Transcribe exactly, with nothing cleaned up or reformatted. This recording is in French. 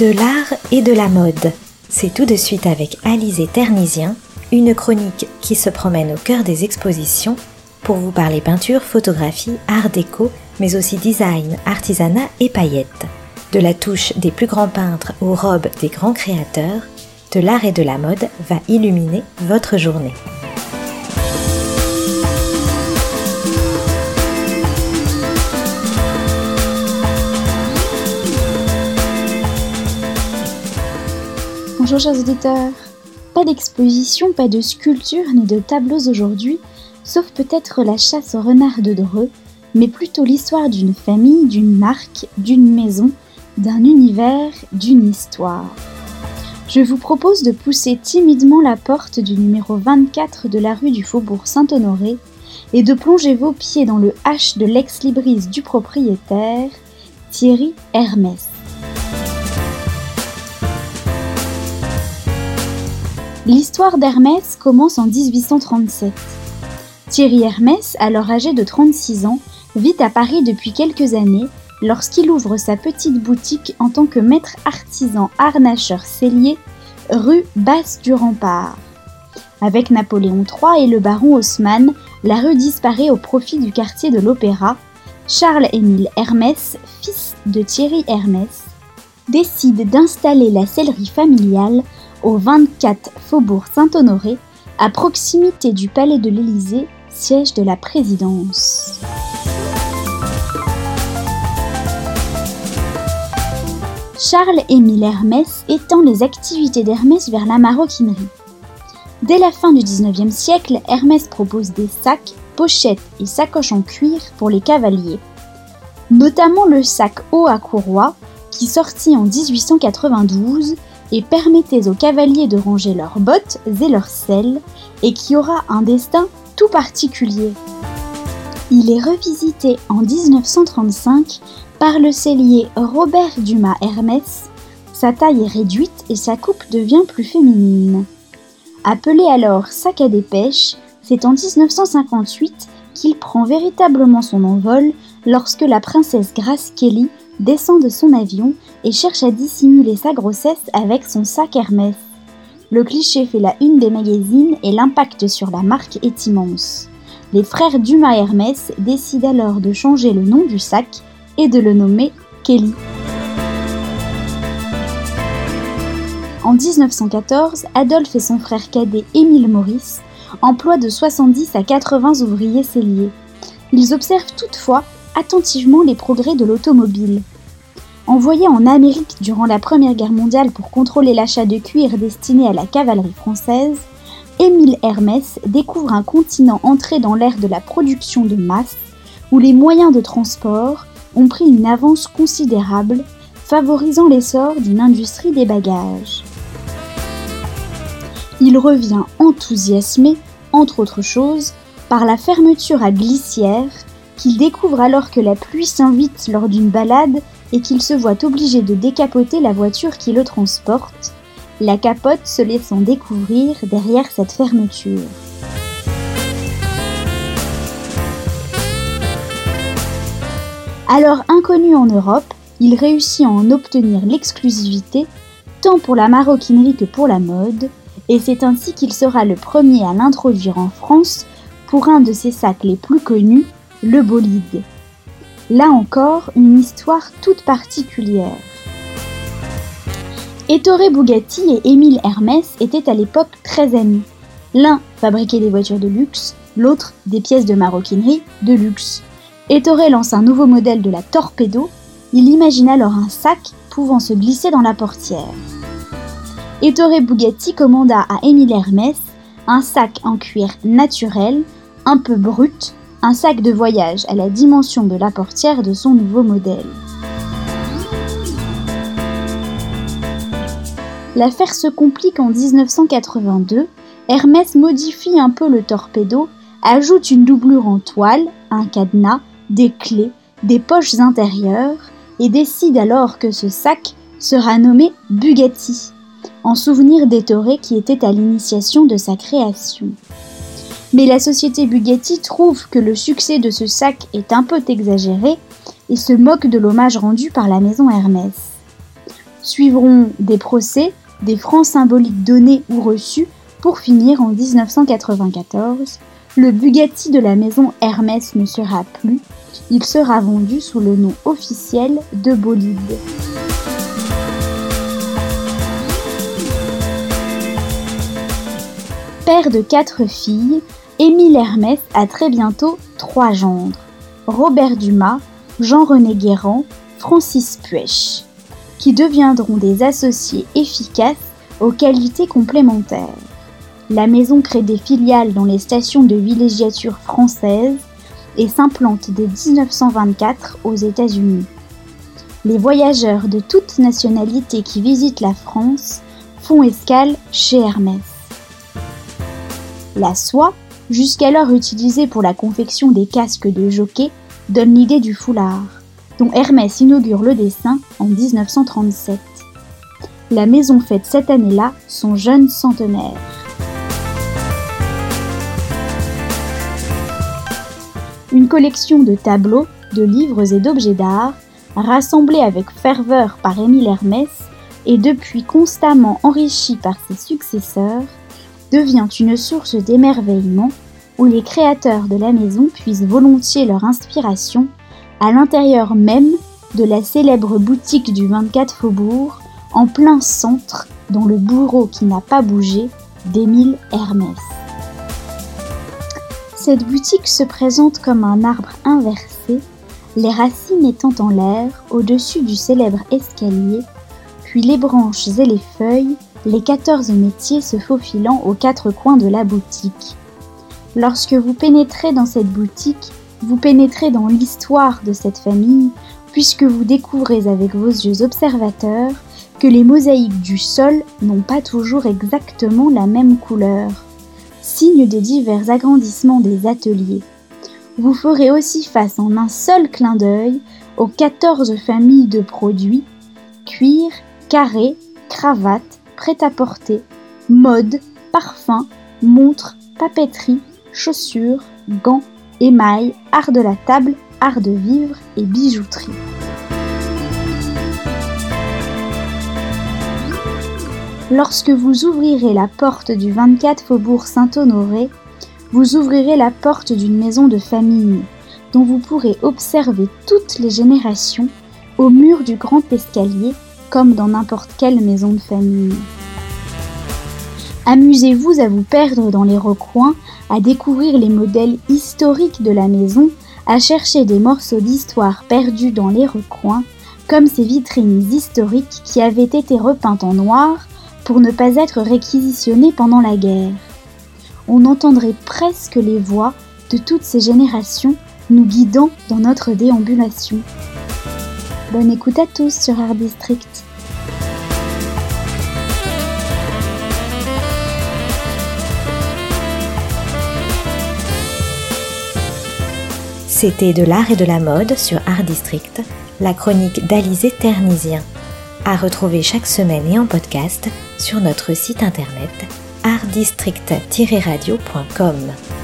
De l'art et de la mode. C'est tout de suite avec Alizé Ternisien, une chronique qui se promène au cœur des expositions pour vous parler peinture, photographie, art déco, mais aussi design, artisanat et paillettes. De la touche des plus grands peintres aux robes des grands créateurs, de l'art et de la mode va illuminer votre journée. Bonjour chers auditeurs, pas d'exposition, pas de sculpture ni de tableaux aujourd'hui, sauf peut-être la chasse au renard de Dreux, mais plutôt l'histoire d'une famille, d'une marque, d'une maison, d'un univers, d'une histoire. Je vous propose de pousser timidement la porte du numéro vingt-quatre de la rue du Faubourg Saint-Honoré et de plonger vos pieds dans le H de l'ex-libris du propriétaire, Thierry Hermès. L'histoire d'Hermès commence en dix-huit cent trente-sept. Thierry Hermès, alors âgé de trente-six ans, vit à Paris depuis quelques années lorsqu'il ouvre sa petite boutique en tant que maître artisan harnacheur sellier, rue Basse du Rempart. Avec Napoléon trois et le baron Haussmann, la rue disparaît au profit du quartier de l'Opéra. Charles-Émile Hermès, fils de Thierry Hermès, décide d'installer la sellerie familiale au vingt-quatre Faubourg Saint-Honoré, à proximité du Palais de l'Élysée, siège de la présidence. Charles-Émile Hermès étend les activités d'Hermès vers la maroquinerie. Dès la fin du dix-neuvième siècle, Hermès propose des sacs, pochettes et sacoches en cuir pour les cavaliers. Notamment le sac haut à courroie, qui sortit en dix-huit cent quatre-vingt-douze et permettait aux cavaliers de ranger leurs bottes et leurs selles, et qui aura un destin tout particulier. Il est revisité en dix-neuf cent trente-cinq par le sellier Robert Dumas Hermès. Sa taille est réduite et sa coupe devient plus féminine. Appelé alors sac à dépêche, c'est en dix-neuf cent cinquante-huit qu'il prend véritablement son envol lorsque la princesse Grace Kelly descend de son avion et cherche à dissimuler sa grossesse avec son sac Hermès. Le cliché fait la une des magazines et l'impact sur la marque est immense. Les frères Dumas Hermès décident alors de changer le nom du sac et de le nommer Kelly. En dix-neuf cent quatorze, Adolphe et son frère cadet Émile Maurice emploient de soixante-dix à quatre-vingts ouvriers selliers. Ils observent toutefois attentivement les progrès de l'automobile. Envoyé en Amérique durant la Première Guerre mondiale pour contrôler l'achat de cuir destiné à la cavalerie française, Émile Hermès découvre un continent entré dans l'ère de la production de masse, où les moyens de transport ont pris une avance considérable, favorisant l'essor d'une industrie des bagages. Il revient enthousiasmé, entre autres choses, par la fermeture à glissière, qu'il découvre alors que la pluie s'invite lors d'une balade et qu'il se voit obligé de décapoter la voiture qui le transporte, la capote se laissant découvrir derrière cette fermeture. Alors inconnu en Europe, il réussit à en obtenir l'exclusivité, tant pour la maroquinerie que pour la mode, et c'est ainsi qu'il sera le premier à l'introduire en France pour un de ses sacs les plus connus, le bolide. Là encore, une histoire toute particulière. Ettore Bugatti et Émile Hermès étaient à l'époque très amis. L'un fabriquait des voitures de luxe, l'autre des pièces de maroquinerie de luxe. Ettore lance un nouveau modèle de la Torpedo. Il imagine alors un sac pouvant se glisser dans la portière. Ettore Bugatti commanda à Émile Hermès un sac en cuir naturel, un peu brut, un sac de voyage à la dimension de la portière de son nouveau modèle. L'affaire se complique en dix-neuf cent quatre-vingt-deux. Hermès modifie un peu le Torpedo, ajoute une doublure en toile, un cadenas, des clés, des poches intérieures et décide alors que ce sac sera nommé Bugatti, en souvenir d'Ettore qui était à l'initiation de sa création. Mais la société Bugatti trouve que le succès de ce sac est un peu exagéré et se moque de l'hommage rendu par la maison Hermès. Suivront des procès, des francs symboliques donnés ou reçus, pour finir en dix-neuf cent quatre-vingt-quatorze, le Bugatti de la maison Hermès ne sera plus, il sera vendu sous le nom officiel de bolide. Père de quatre filles, Émile Hermès a très bientôt trois gendres, Robert Dumas, Jean-René Guérand, Francis Puech, qui deviendront des associés efficaces aux qualités complémentaires. La maison crée des filiales dans les stations de villégiature françaises et s'implante dès dix-neuf cent vingt-quatre aux États-Unis. Les voyageurs de toutes nationalités qui visitent la France font escale chez Hermès. La soie, jusqu'alors utilisée pour la confection des casques de jockey, donne l'idée du foulard, dont Hermès inaugure le dessin en dix-neuf cent trente-sept. La maison fête cette année-là son jeune centenaire. Une collection de tableaux, de livres et d'objets d'art, rassemblés avec ferveur par Émile Hermès et depuis constamment enrichie par ses successeurs, devient une source d'émerveillement où les créateurs de la maison puisent volontiers leur inspiration à l'intérieur même de la célèbre boutique du vingt-quatre Faubourg, en plein centre, dans le bourreau qui n'a pas bougé d'Émile Hermès. Cette boutique se présente comme un arbre inversé, les racines étant en l'air au-dessus du célèbre escalier, puis les branches et les feuilles, les quatorze métiers se faufilant aux quatre coins de la boutique. Lorsque vous pénétrez dans cette boutique, vous pénétrez dans l'histoire de cette famille, puisque vous découvrez avec vos yeux observateurs que les mosaïques du sol n'ont pas toujours exactement la même couleur, signe des divers agrandissements des ateliers. Vous ferez aussi face en un seul clin d'œil aux quatorze familles de produits, cuir, carré, cravate, prêt-à-porter, mode, parfum, montres, papeterie, chaussures, gants, émail, art de la table, art de vivre et bijouterie. Lorsque vous ouvrirez la porte du vingt-quatre Faubourg Saint-Honoré, vous ouvrirez la porte d'une maison de famille, dont vous pourrez observer toutes les générations au mur du grand escalier, comme dans n'importe quelle maison de famille. Amusez-vous à vous perdre dans les recoins, à découvrir les modèles historiques de la maison, à chercher des morceaux d'histoire perdus dans les recoins, comme ces vitrines historiques qui avaient été repeintes en noir pour ne pas être réquisitionnées pendant la guerre. On entendrait presque les voix de toutes ces générations nous guidant dans notre déambulation. Bonne écoute à tous sur Art District. C'était de l'art et de la mode sur Art District, la chronique d'Alizé Ternisien. À retrouver chaque semaine et en podcast sur notre site internet art district tiret radio point com.